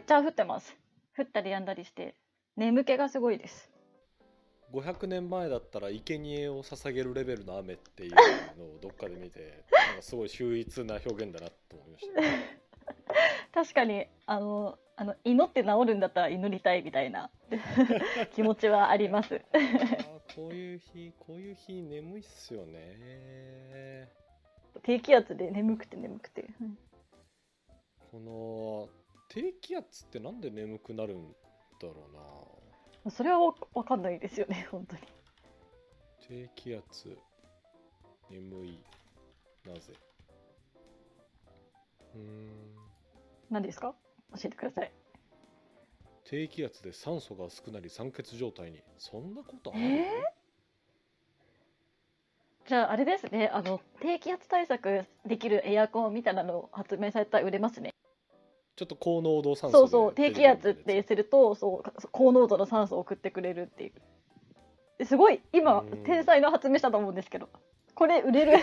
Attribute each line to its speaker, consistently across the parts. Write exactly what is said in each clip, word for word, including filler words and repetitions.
Speaker 1: ちゃ降ってます。降ったり止んだりして眠気がすごいです。
Speaker 2: ごひゃくねんまえだったら生贄を捧げるレベルの雨っていうのをどっかで見てなんかすごい秀逸な表現だなと思いましたね。
Speaker 1: 確かにあのあの祈って治るんだったら祈りたいみたいな気持ちはあります。
Speaker 2: あーこういう日こういう日眠いっすよね。
Speaker 1: 低気圧で眠くて眠くて、うん、
Speaker 2: この低気圧ってなんで眠くなるんだろうな。
Speaker 1: それはわわかんないですよね本当に。
Speaker 2: 低気圧眠いなぜ。うーん
Speaker 1: 何ですか、教えてください。
Speaker 2: 低気圧で酸素が薄くなり酸欠状態に。そんなことある？
Speaker 1: えー、じゃああれですね、あの低気圧対策できるエアコンみたいなの発明されたら売れますね。
Speaker 2: ちょっと高濃度酸素で
Speaker 1: そうそう、低気圧ってするとそう高濃度の酸素を送ってくれるっていう。すごい今天才の発明したと思うんですけど、これ売れる。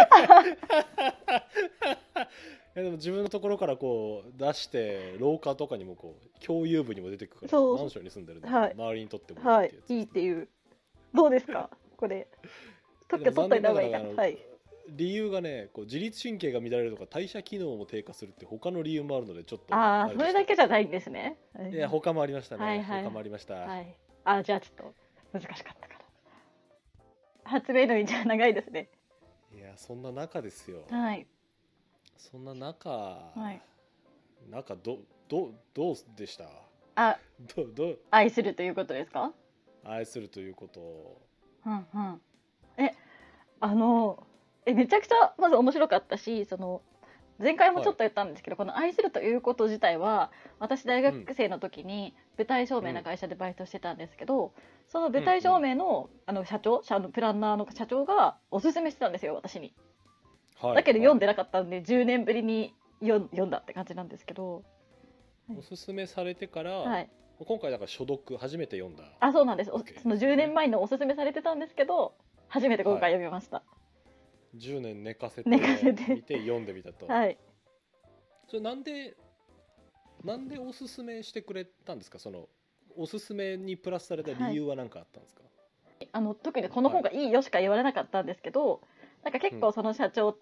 Speaker 2: いやでも自分のところからこう出して廊下とかにもこう共有部にも出てくるから
Speaker 1: そう
Speaker 2: マンションに住んでるので、
Speaker 1: はい、
Speaker 2: 周りにとってもいい
Speaker 1: はい
Speaker 2: ってやつ、
Speaker 1: いいっていう。どうですかこれ。特許取っといた方がいいかな。はい。
Speaker 2: 理由がねこう自律神経が乱れるとか代謝機能も低下するって他の理由もあるのでちょっと
Speaker 1: ああ
Speaker 2: れ
Speaker 1: それだけじゃないんですね。
Speaker 2: いや他もありましたね、
Speaker 1: はいはい、
Speaker 2: 他もありました、
Speaker 1: はい、あじゃあちょっと難しかったから発明の道は長いですね。
Speaker 2: いやそんな中ですよ、
Speaker 1: はい、
Speaker 2: そんな中、
Speaker 1: はい、
Speaker 2: 中どどどうでした？
Speaker 1: あ
Speaker 2: どど
Speaker 1: 愛するということですか？
Speaker 2: 愛するということを、
Speaker 1: うんうん、えあのえめちゃくちゃまず面白かったし、その前回もちょっと言ったんですけど、はい、この愛するということ自体は私大学生の時に舞台照明の会社でバイトしてたんですけど、うん、その舞台照明 の,、うんうん、あの社長社のプランナーの社長がおすすめしてたんですよ私に、はい、だけど読んでなかったんで、はい、じゅうねんぶりに読んだって感じなんですけど、
Speaker 2: はい、おすすめされてから、はい、今回だから初読初めて読んだ。
Speaker 1: あそうなんです、そのじゅうねんまえのおすすめされてたんですけど初めて今回読みました、はい、
Speaker 2: じゅうねん寝かせて見て読んでみたと。
Speaker 1: はい。
Speaker 2: それなんでなんでおすすめしてくれたんですか？そのおすすめにプラスされた理由は何かあったんですか？
Speaker 1: はい、あの特にこの本がいいよしか言われなかったんですけど、はい、なんか結構その社長って、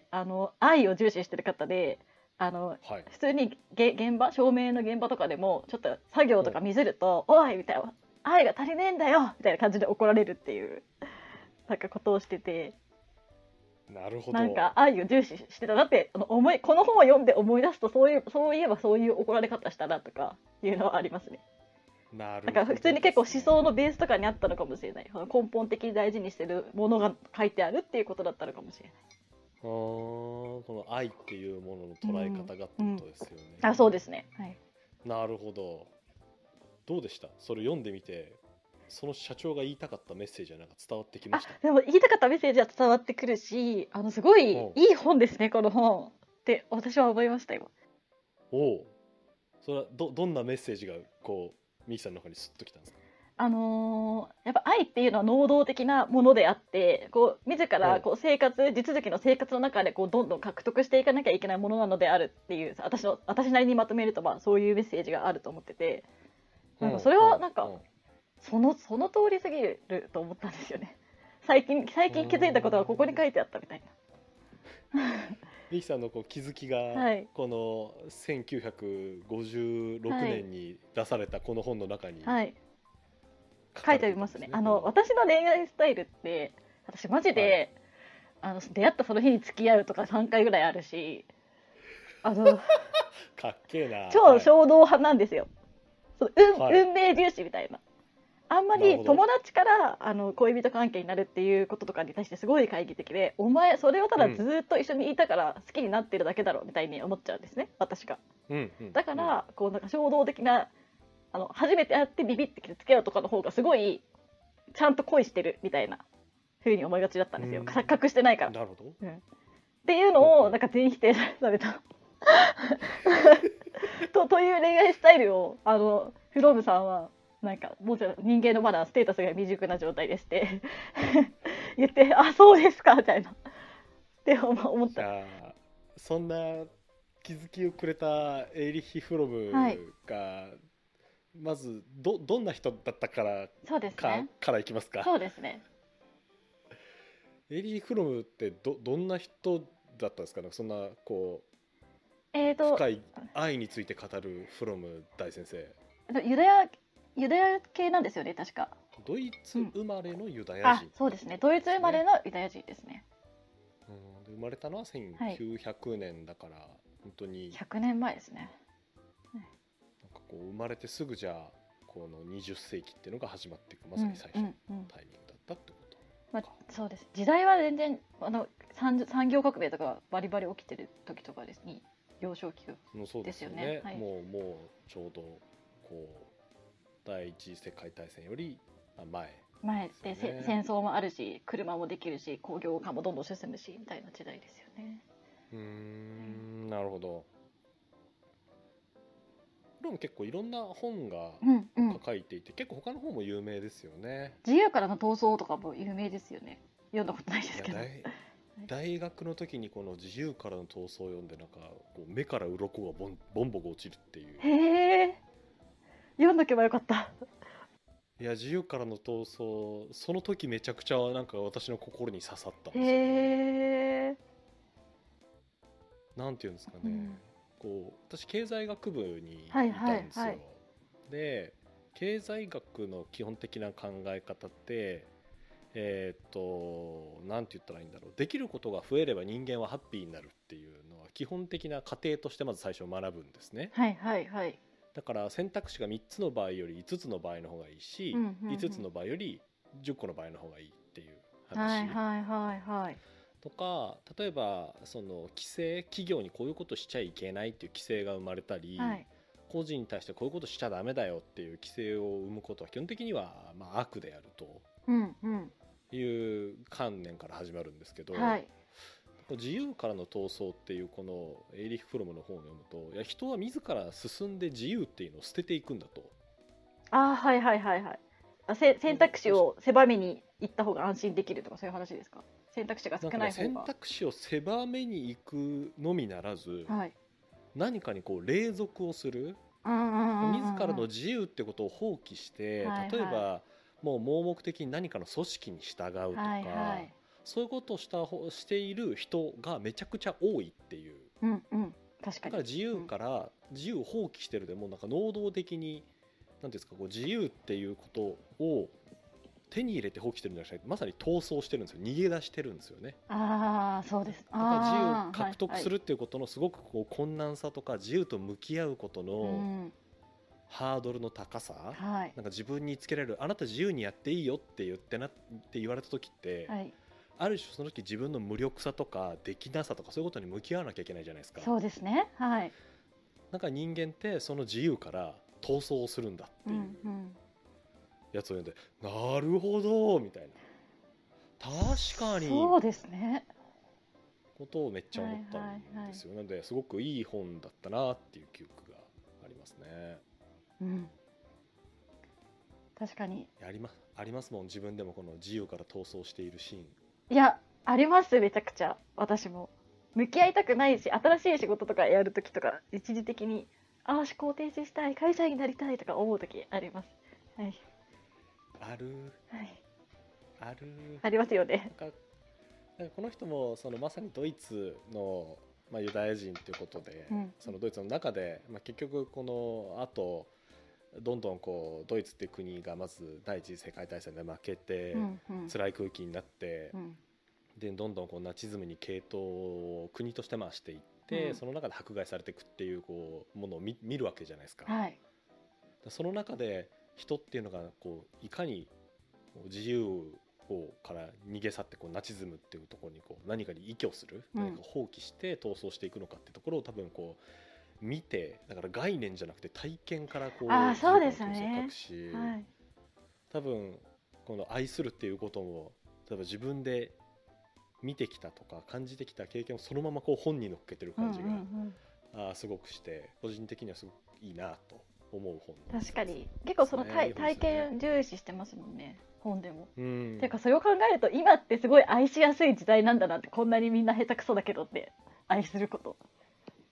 Speaker 1: うん、あの愛を重視してる方で、あの、はい、普通に現場照明の現場とかでもちょっと作業とかミスると、うん、おいみたいな、愛が足りねえんだよみたいな感じで怒られるっていうなんかことをしてて、
Speaker 2: なるほど、
Speaker 1: なんか愛を重視してたなってあの思い、この本を読んで思い出すとそういうそういえばそういう怒られ方したなとかいうのはありますね。
Speaker 2: なるほど、
Speaker 1: だから普通に結構思想のベースとかにあったのかもしれない。根本的に大事にしてるものが書いてあるっていうことだったのかもしれない。
Speaker 2: あこの愛っていうものの捉え方がってことですよね、
Speaker 1: うんうん、あそうですね、はい、
Speaker 2: なるほど。どうでした？それ読んでみてその社長が言いたかったメッセージはなんか伝わってきました？
Speaker 1: あでも言いたかったメッセージは伝わってくるし、あのすごいいい本ですねこの本って私は思いました今。
Speaker 2: おお、それは ど, どんなメッセージがこうミキさんの中にスッときたんですか？
Speaker 1: あのー、やっぱ愛っていうのは能動的なものであって、こう自らこう生活地続きの生活の中でこうどんどん獲得していかなきゃいけないものなのであるっていう、私の私なりにまとめるとまあそういうメッセージがあると思ってて、なんかそれはなんかそのその通りすぎると思ったんですよね。最近最近気づいたことがここに書いてあったみたいな。
Speaker 2: ミキさんのこう気づきが、はい、このせんきゅうひゃくごじゅうろくねんに出されたこの本の中に、
Speaker 1: はい、書いてありますね。あの私の恋愛スタイルって私マジで、はい、あの出会ったその日に付き合うとかさんかいぐらいあるし、あの
Speaker 2: かっけえな、
Speaker 1: 超衝動派なんですよ。その 運,、はい、運命重視みたいな。あんまり友達からあの恋人関係になるっていうこととかに対してすごい懐疑的で、お前それをただずっと一緒にいたから好きになってるだけだろみたいに思っちゃうんですね私が、
Speaker 2: うんうん、
Speaker 1: だからこうなんか衝動的なあの初めて会ってビビってきて付き合うとかの方がすごいちゃんと恋してるみたいな風に思いがちだったんですよ、うん、錯覚してないから。
Speaker 2: なるほど、
Speaker 1: うん、っていうのをなんか全否定されたと, という恋愛スタイルをあのフロムさんはなんかもうちょっと人間のまだステータスが未熟な状態ですって言ってあそうですかみたいなって思った。
Speaker 2: そんな気づきをくれたエイリッヒ・フロムが、
Speaker 1: はい、
Speaker 2: まず ど, どんな人だったから
Speaker 1: そうです
Speaker 2: か
Speaker 1: ね。
Speaker 2: からいきますか。
Speaker 1: そうですね。
Speaker 2: エイリッヒ・フロムって ど, どんな人だったんですかね。そんなこう
Speaker 1: えーと、
Speaker 2: 深い愛について語るフロム大先生。
Speaker 1: ユダヤ、ユダヤ系なんですよね、確か。
Speaker 2: ドイツ生まれのユダヤ人、
Speaker 1: あ、そうですね。ドイツ生まれのユダヤ人ですね。
Speaker 2: うん、で生まれたのはせんきゅうひゃくねんだから、本当に
Speaker 1: ひゃくねんまえですね。
Speaker 2: なんかこう生まれてすぐじゃあこのにじゅっせいきっていうのが始まっていく、まさに最初のタイミングだったってこと、
Speaker 1: まあ、そうです。時代は全然あの 産, 産業革命とかバリバリ起きてる時とかですね、幼少期
Speaker 2: もうそうですよね。
Speaker 1: ですよね。はい、
Speaker 2: もうもうちょうどこう第一次世界大戦より前
Speaker 1: 前で、
Speaker 2: ですよね、
Speaker 1: 戦争もあるし、車もできるし、工業化もどんどん進むしみたいな時代ですよね。
Speaker 2: うーん、なるほど。でも結構いろんな本が
Speaker 1: うんうん。
Speaker 2: 書いていて、結構他の本も有名ですよね。
Speaker 1: 自由からの闘争とかも有名ですよね。読んだことないですけど。
Speaker 2: いや大大学の時にこの自由からの闘争を読んで、なんかこう目から鱗がボンボンボコ落ちるっていう。
Speaker 1: へえ。読んどけばよかった。
Speaker 2: いや自由からの闘争、その時めちゃくちゃなんか私の心に刺さったんですよね。
Speaker 1: へえ。
Speaker 2: なんていうんですかね、
Speaker 1: うん、
Speaker 2: こう私経済学部にい
Speaker 1: はい
Speaker 2: たんですよ、
Speaker 1: はいはい。
Speaker 2: で経済学の基本的な考え方って、えーっとなんて言ったらいいんだろう、できることが増えれば人間はハッピーになるっていうのは基本的な過程としてまず最初学ぶんですね。
Speaker 1: はいはいはい。
Speaker 2: だから選択肢がみっつの場合よりいつつの場合の方がいいし、
Speaker 1: うんうんうん、
Speaker 2: いつつの場合よりじゅっこの場合の方がいいっていう話
Speaker 1: はいはいはいはい。
Speaker 2: とか、例えばその規制、企業にこういうことしちゃいけないっていう規制が生まれたり、
Speaker 1: はい、
Speaker 2: 個人に対してこういうことしちゃダメだよっていう規制を生むことは基本的にはまあ悪である
Speaker 1: うんうん、
Speaker 2: という観念から始まるんですけど、
Speaker 1: はい、
Speaker 2: 自由からの闘争っていうこのエイリヒ・フロムの本を読むと、いや人は自ら進んで自由っていうのを捨てていくんだと。
Speaker 1: ああ、はいはいはいはい。あ、せ選択肢を狭めに行った方が安心できるとかそういう話ですか。選択肢が少ない方が。
Speaker 2: 選択肢を狭めに行くのみならず、
Speaker 1: はい、
Speaker 2: 何かにこう隷属をする、
Speaker 1: うんうんうんうんうん、
Speaker 2: 自らの自由ってことを放棄して、
Speaker 1: はいはい、
Speaker 2: 例えばもう盲目的に何かの組織に従うとか、
Speaker 1: はいはい、
Speaker 2: そういうことをしたしている人がめちゃくちゃ多いっていう。
Speaker 1: うんうん、確かに。
Speaker 2: だから自由から自由を放棄してるでもなんか能動的に何ですか、こう自由っていうことを手に入れて放棄してるんじゃなくて、まさに逃走してるんですよ。逃げ出してるんですよね。
Speaker 1: ああ、そうです。
Speaker 2: だから自由を
Speaker 1: ああ、
Speaker 2: 獲得するっていうことのすごくこう困難さとか、自由と向き合うこと
Speaker 1: はいはい、う
Speaker 2: の
Speaker 1: ん、
Speaker 2: ハードルの高さ、
Speaker 1: はい、
Speaker 2: なんか自分につけられる、あなた自由にやっていいよって言ってなって言われた時って、
Speaker 1: はい、
Speaker 2: ある種その時自分の無力さとかできなさとかそういうことに向き合わなきゃいけないじゃないですか。
Speaker 1: そうですね。はい。
Speaker 2: なんか人間ってその自由から逃走するんだっていうやつを読んで、うんうん、なるほどみたいな、確かに
Speaker 1: そうですね。
Speaker 2: ことをめっちゃ思ったんですよ、はいはいはい、なのですごくいい本だったなっていう記憶がありますね。
Speaker 1: うん、確かに
Speaker 2: あります、ありますもん。自分でもこの自由から逃走しているシーン。
Speaker 1: いや、あります。めちゃくちゃ私も向き合いたくないし、新しい仕事とかやるときとか一時的にああ思考停止したい、会社員になりたいとか思うときあります。はい、
Speaker 2: ある、
Speaker 1: はい、
Speaker 2: ある、
Speaker 1: ありますよね。
Speaker 2: なんかなんかこの人もそのまさにドイツの、まあ、ユダヤ人ということで、うん、そのドイツの中で、まあ、結局この後どんどんこうドイツっていう国がまず第一次世界大戦で負けて、うんうん、辛い空気になって、うん、でどんどんこうナチズムに傾倒を国として回していって、うん、その中で迫害されていくっていうこうものを 見, 見るわけじゃないですか、はい、その中で人っていうのがこういかに自由をから逃げ去ってこうナチズムっていうところにこう何かに依拠する、うん、何か放棄して逃走していくのかっていうところを多分こう見て、だから概念じゃなくて体験からこう
Speaker 1: あ、そうですね、
Speaker 2: し、
Speaker 1: はい、
Speaker 2: 多分この愛するっていうことも例えば自分で見てきたとか感じてきた経験をそのままこう本に乗っけてる感じが、うんうんうん、あすごくして個人的にはすごくいいなと思う本なんです。
Speaker 1: 確かに結構その 体, 体験重視してますもんね、本でも。
Speaker 2: うん、
Speaker 1: ていうかそれを考えると今ってすごい愛しやすい時代なんだなって、こんなにみんな下手くそだけどって愛すること。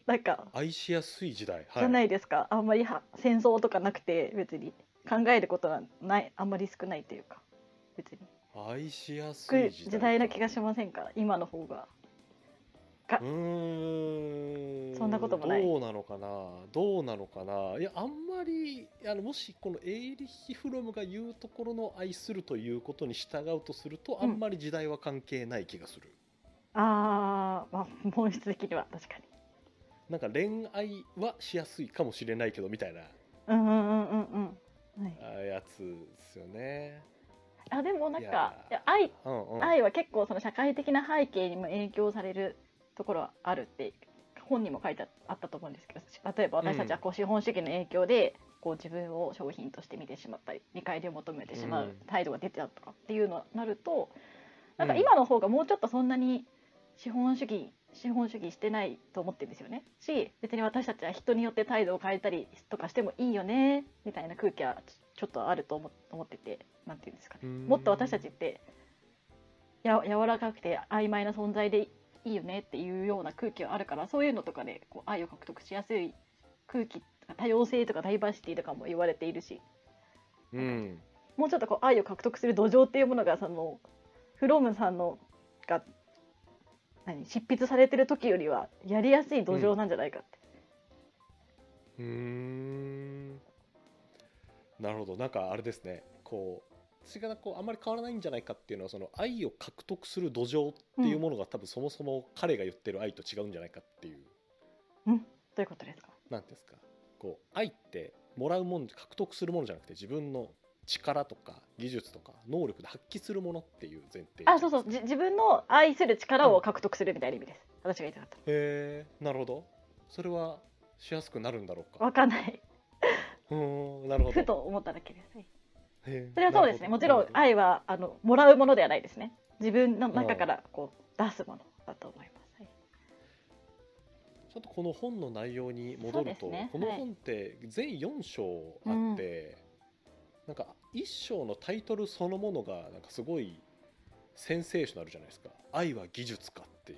Speaker 1: なんか
Speaker 2: 愛しやすい時代、はい、
Speaker 1: じゃないですか。あんまりは戦争とかなくて別に考えることはないあんまり少ないというか別に
Speaker 2: 愛しやす
Speaker 1: い
Speaker 2: い時代
Speaker 1: 時代な気がしませんか今の方が。
Speaker 2: うーん
Speaker 1: そんなこともない。
Speaker 2: どうなのかなどうなのかないやあんまりあのもしこのエーリッヒ・フロムが言うところの愛するということに従うとすると、うん、あんまり時代は関係ない気がする。
Speaker 1: あー、まあ本質的には確かに
Speaker 2: なんか恋愛はしやすいかもしれないけどみたいな
Speaker 1: うんうんうんうんうん、
Speaker 2: はい、やつですよね。
Speaker 1: あでもなんかいや愛、うんうん、愛は結構その社会的な背景にも影響されるところはあるって本にも書いてあったと思うんですけど、例えば私たちはこう資本主義の影響でこう自分を商品として見てしまったり見返りを求めてしまう態度が出てたとかっていうのになると、なんか今の方がもうちょっとそんなに資本主義資本主義してないと思ってるんですよね。し別に私たちは人によって態度を変えたりとかしてもいいよねみたいな空気はちょっとあると思ってて、なんていうんですかね、もっと私たちってや柔らかくて曖昧な存在でいいよねっていうような空気はあるから、そういうのとかでこう愛を獲得しやすい空気、多様性とかダイバーシティとかも言われているし、うん、もうちょっとこう愛を獲得する土壌っていうものがそのフロムさんのが何執筆されてる時よりはやりやすい土壌なんじゃないかって。
Speaker 2: うん、うーんなるほど。なんかあれですね、こう私がこうあんまり変わらないんじゃないかっていうのは、その愛を獲得する土壌っていうものが、うん、多分そもそも彼が言ってる愛と違うんじゃないかっていう。
Speaker 1: うん、どういうことですか？
Speaker 2: なんですか、こう愛ってもらうもん獲得するものじゃなくて、自分の力とか技術とか能力で発揮するものっていう前提。
Speaker 1: あ、そうそう、じ自分の愛する力を獲得するみたいな意味です、うん、私が言いたかった。
Speaker 2: へえ、なるほど。それはしやすくなるんだろうか。
Speaker 1: わかんない
Speaker 2: うーん、なるほど。
Speaker 1: ふと思っただけです。それはそうですね。もちろん愛はあのもらうものではないですね。自分の中からこう出すものだと思います。はい、
Speaker 2: ちょっとこの本の内容に戻ると、ね、この本って全よん章あって、うん、なんかいっ章のタイトルそのものがなんかすごいセンセーショナルじゃないですか。愛は技術かっていう。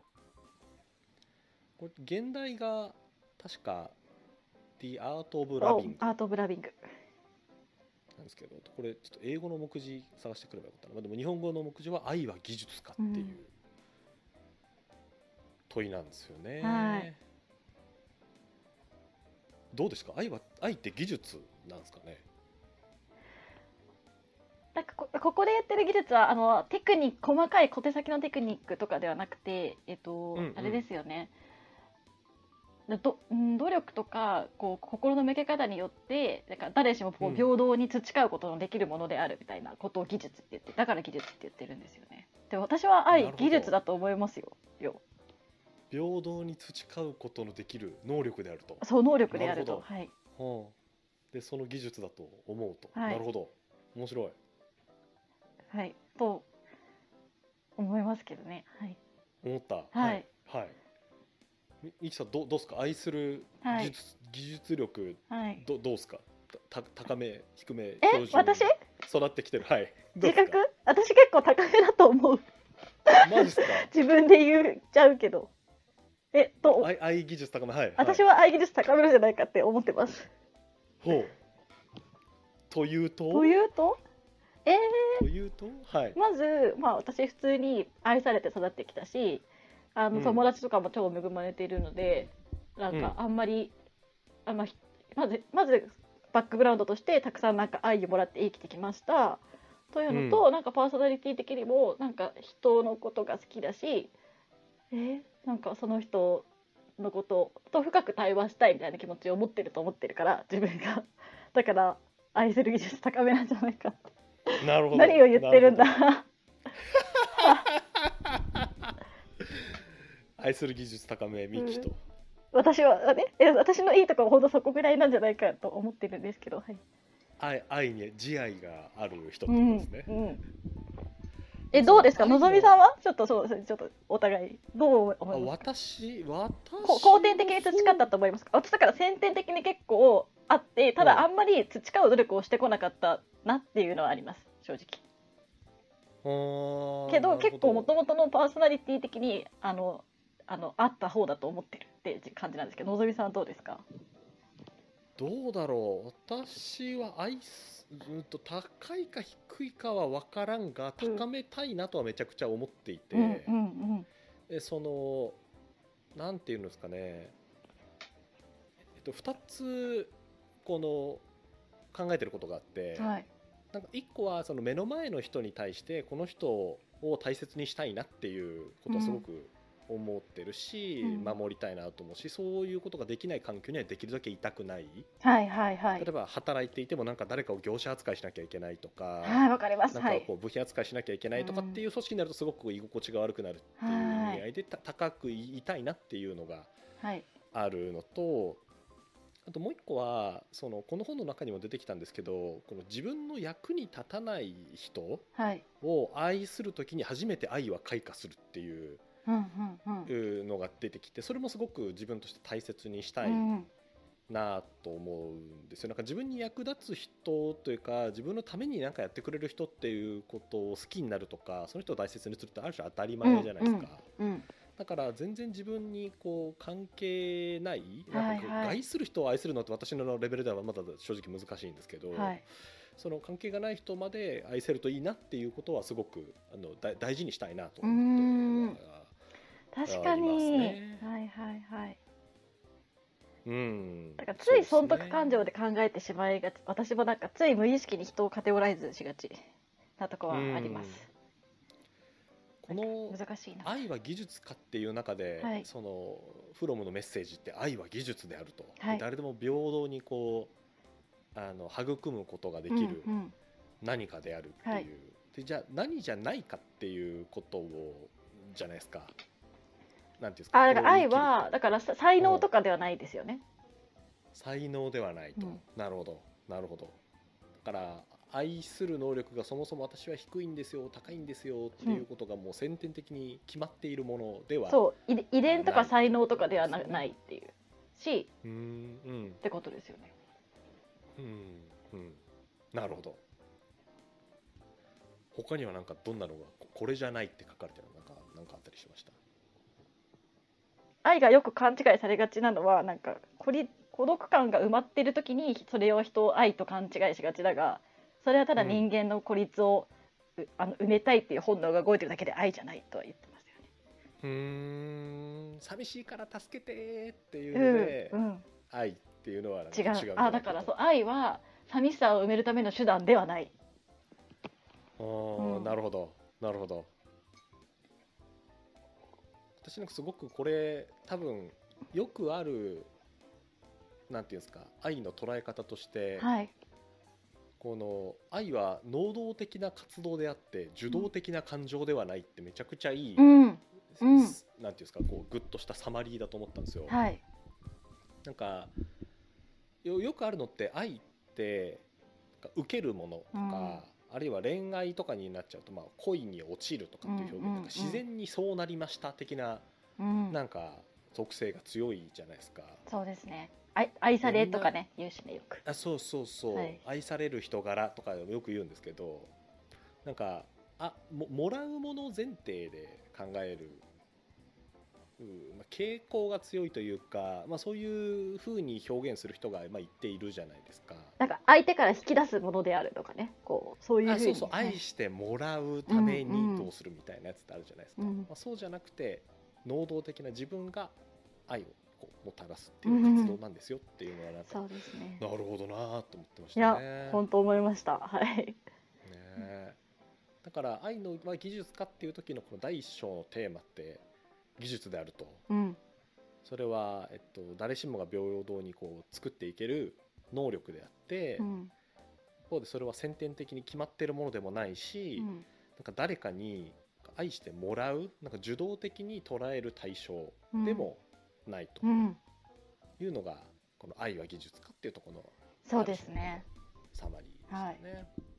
Speaker 2: これ現代が確か The Art of Loving。
Speaker 1: Art of Loving。
Speaker 2: なんですけど、これちょっと英語の目次探してくればよかったな。まあ、でも日本語の目次は愛は技術かっていう問いなんですよね。うん、はい、どうですか？愛は愛って技術なんですかね？
Speaker 1: なんか こ, ここで言ってる技術はあのテクニック、細かい小手先のテクニックとかではなくて、えっと、うんうん、あれですよね。ど努力とかこう心の向け方によってだから誰しもこう平等に培うことのできるものであるみたいなことを技術って言って、だから技術って言ってるんですよね。で私は愛技術だと思いますよ。よ
Speaker 2: 平等に培うことのできる能力であると。
Speaker 1: そう、能力であると。はい、
Speaker 2: はあ、でその技術だと思うと、はい、なるほど、面白い。
Speaker 1: はいと思いますけどね。はい、
Speaker 2: 思った。
Speaker 1: はい
Speaker 2: はい、はい、いきさん ど, どうですか？愛する技術、はい、技術力、はい、ど, どうですか？た高め低め
Speaker 1: え私
Speaker 2: 育ってきてる。はい、
Speaker 1: 自覚私結構高めだと思う。
Speaker 2: マジですか？
Speaker 1: 自分で言っちゃうけど、えと
Speaker 2: 愛, 愛技術高め、はい、
Speaker 1: 私は愛技術高めるんじゃないかって思ってます。
Speaker 2: ほうというと
Speaker 1: というとえー、
Speaker 2: というと、はい、
Speaker 1: まず、まあ、私普通に愛されて育ってきたし、あの友達とかも超恵まれているので、うん、なんかあんまり、うん、あままずまずバックグラウンドとしてたくさんなんか愛をもらって生きてきましたというのと、うん、なんかパーソナリティ的にもなんか人のことが好きだし、えなんかその人のことと深く対話したいみたいな気持ちを持ってると思ってるから、自分がだから愛する技術高めなんじゃないかって。
Speaker 2: なるほど。
Speaker 1: 何を言ってるんだ。
Speaker 2: 愛する技術高めミキと、うん、
Speaker 1: 私はね、私のいいところほどそこぐらいなんじゃないかと思ってるんですけど、はい、
Speaker 2: 愛, 愛に慈愛がある人ってことですね。うんうん、
Speaker 1: えどうですか？のぞみさんはちょっとそうちょっとお互いどう思いますか？
Speaker 2: 私私
Speaker 1: 肯定的に培ったと思いますか？私だから先天的に結構あって、ただあんまり培う努力をしてこなかったなっていうのはあります、正直。けど結構もともとのパーソナリティ的にあのあのあった方だと思ってるっって感じなんですけど、のぞみさんはどうですか？
Speaker 2: どうだろう。私は愛す、うんと高いか低いかは分からんが、高めたいなとはめちゃくちゃ思っていて、
Speaker 1: うんうんうん
Speaker 2: でそのなんていうんですかね、えっと、ふたつこの考えてることがあって、
Speaker 1: はい、
Speaker 2: なんかいっこはその目の前の人に対してこの人を大切にしたいなっていうことはすごく思ってるし、
Speaker 1: うん
Speaker 2: 守りたいなと思うし、そういうことができない環境にはできるだけいたくない。
Speaker 1: はいはいはい
Speaker 2: 例えば働いていてもなんか誰かを業者扱いしなきゃいけないとか、
Speaker 1: はい、わかります。
Speaker 2: なんか
Speaker 1: はい
Speaker 2: こう部品扱いしなきゃいけないとかっていう組織になるとすごく居心地が悪くなるっていう意味合いでた高くいたいなっていうのが
Speaker 1: はい
Speaker 2: あるのと、あともう一個はそのこの本の中にも出てきたんですけど、この自分の役に立たない人
Speaker 1: はい
Speaker 2: を愛するときに初めて愛は開花するっていう
Speaker 1: うんうんうん
Speaker 2: のが出てきて、それもすごく自分として大切にしたい
Speaker 1: うん
Speaker 2: なと思うんですよ。なんか自分に役立つ人というか、自分のために何かやってくれる人っていうことを好きになるとか、その人を大切にするってある種当たり前じゃないですか。
Speaker 1: うんうん
Speaker 2: だから全然自分にこう関係ない、
Speaker 1: はいはい
Speaker 2: なんかこう愛する人を愛するのって私のレベルではまだ正直難しいんですけど、
Speaker 1: はい
Speaker 2: その関係がない人まで愛せるといいなっていうことはすごくあのだ大事にしたいなと
Speaker 1: うー
Speaker 2: 思って
Speaker 1: ん
Speaker 2: は
Speaker 1: 確か
Speaker 2: あります
Speaker 1: に、
Speaker 2: ね。
Speaker 1: はいはいはい。
Speaker 2: うん、
Speaker 1: だからつ
Speaker 2: そう
Speaker 1: い損
Speaker 2: ですね。
Speaker 1: 得感情で考えてしまいがち、私もなんかつい無意識に人をカテゴライズしがちなとこ
Speaker 2: う
Speaker 1: はありま
Speaker 2: ん、
Speaker 1: す。
Speaker 2: この
Speaker 1: 難しいな。
Speaker 2: 愛は技術かっていう中で、
Speaker 1: はい
Speaker 2: そのフロムのメッセージって愛は技術であると、
Speaker 1: はい
Speaker 2: 誰でも平等にこうあの育むことができる
Speaker 1: うんうん
Speaker 2: 何かであるっていう、
Speaker 1: はい
Speaker 2: でじゃあ何じゃないかっていうことをじゃないですか。なんていうんですか、
Speaker 1: あ、だから愛
Speaker 2: こう言い切ると
Speaker 1: はだからさ才能とかではないですよね。
Speaker 2: 才能ではないと、
Speaker 1: うん
Speaker 2: なるほどなるほど。だから愛する能力がそもそも私は低いんですよ高いんですよっていうことがもう先天的に決まっているものでは、
Speaker 1: そう遺遺伝とか才能とかではな
Speaker 2: ない
Speaker 1: ないっていうし
Speaker 2: うーんうん
Speaker 1: ってことですよね。
Speaker 2: うんうんなるほど。他にはなんかどんなのがここれじゃないって書かれてるのなんかなんかあったりしました？
Speaker 1: 愛がよく勘違いされがちなのはなんか孤立孤独感が埋まっている時にそれを人を愛と勘違いしがちだが、それはただ人間の孤立を、うあの埋めたいっていう本能が動いてるだけで愛じゃないとは言ってましたよね。
Speaker 2: うーん寂しいから助けてっていうので、
Speaker 1: うんうん、
Speaker 2: 愛っていうのはなんか
Speaker 1: 違う。
Speaker 2: 違うんじゃない
Speaker 1: あ、だからそう愛は寂しさを埋めるための手段ではない。
Speaker 2: あー、
Speaker 1: うん
Speaker 2: なるほどなるほど。私なんかすごくこれ多分よくあるなんていうんですか愛の捉え方として、
Speaker 1: はい。
Speaker 2: この愛は能動的な活動であって受動的な感情ではないってめちゃくちゃいい、
Speaker 1: うんうん
Speaker 2: なんていうんですかこうグッとしたサマリーだと思ったんですよ。
Speaker 1: はい
Speaker 2: なんか よ, よくあるのって愛ってなんか受けるものとか、
Speaker 1: うん
Speaker 2: あるいは恋愛とかになっちゃうと、まあ、恋に落ちるとかっていう表現とか、
Speaker 1: うんうんうん
Speaker 2: 自然にそうなりました的な
Speaker 1: うん
Speaker 2: なんか属性が強いじゃないですか。
Speaker 1: そうですね。愛愛されとかね言うしねよく。
Speaker 2: あそうそうそう、
Speaker 1: はい、
Speaker 2: 愛される人柄とかよく言うんですけど、なんかあ も, もらうもの前提で考える、うんまあ、傾向が強いというか、まあ、そういう風に表現する人がまあ言っているじゃないですか。
Speaker 1: なんか相手から引き出すものであるとかね、こうそういうふうに、
Speaker 2: あそうそう愛してもらうためにどうするみたいなやつってあるじゃないですか、
Speaker 1: うんうん
Speaker 2: まあ、そうじゃなくて能動的な自分が愛をこうもたらすっていう活動なんですよっていうのはなんか、
Speaker 1: そうですね。
Speaker 2: なるほどなと思ってまし
Speaker 1: いや
Speaker 2: たね。
Speaker 1: 本当思いました。はい。
Speaker 2: ねだから愛のまあ技術家っていう時のこの第一章のテーマって技術であると、
Speaker 1: うん。
Speaker 2: それは、えっと、誰しもが平等にこう作っていける能力であって、
Speaker 1: うん。
Speaker 2: 一方でそれは先天的に決まっているものでもないし、
Speaker 1: うん
Speaker 2: なんか誰かに愛してもらうなんか受動的に捉える対象でもないと
Speaker 1: うん
Speaker 2: いうのが、この愛は技術かっていうところの
Speaker 1: そうですね。
Speaker 2: サマリーですよね。はい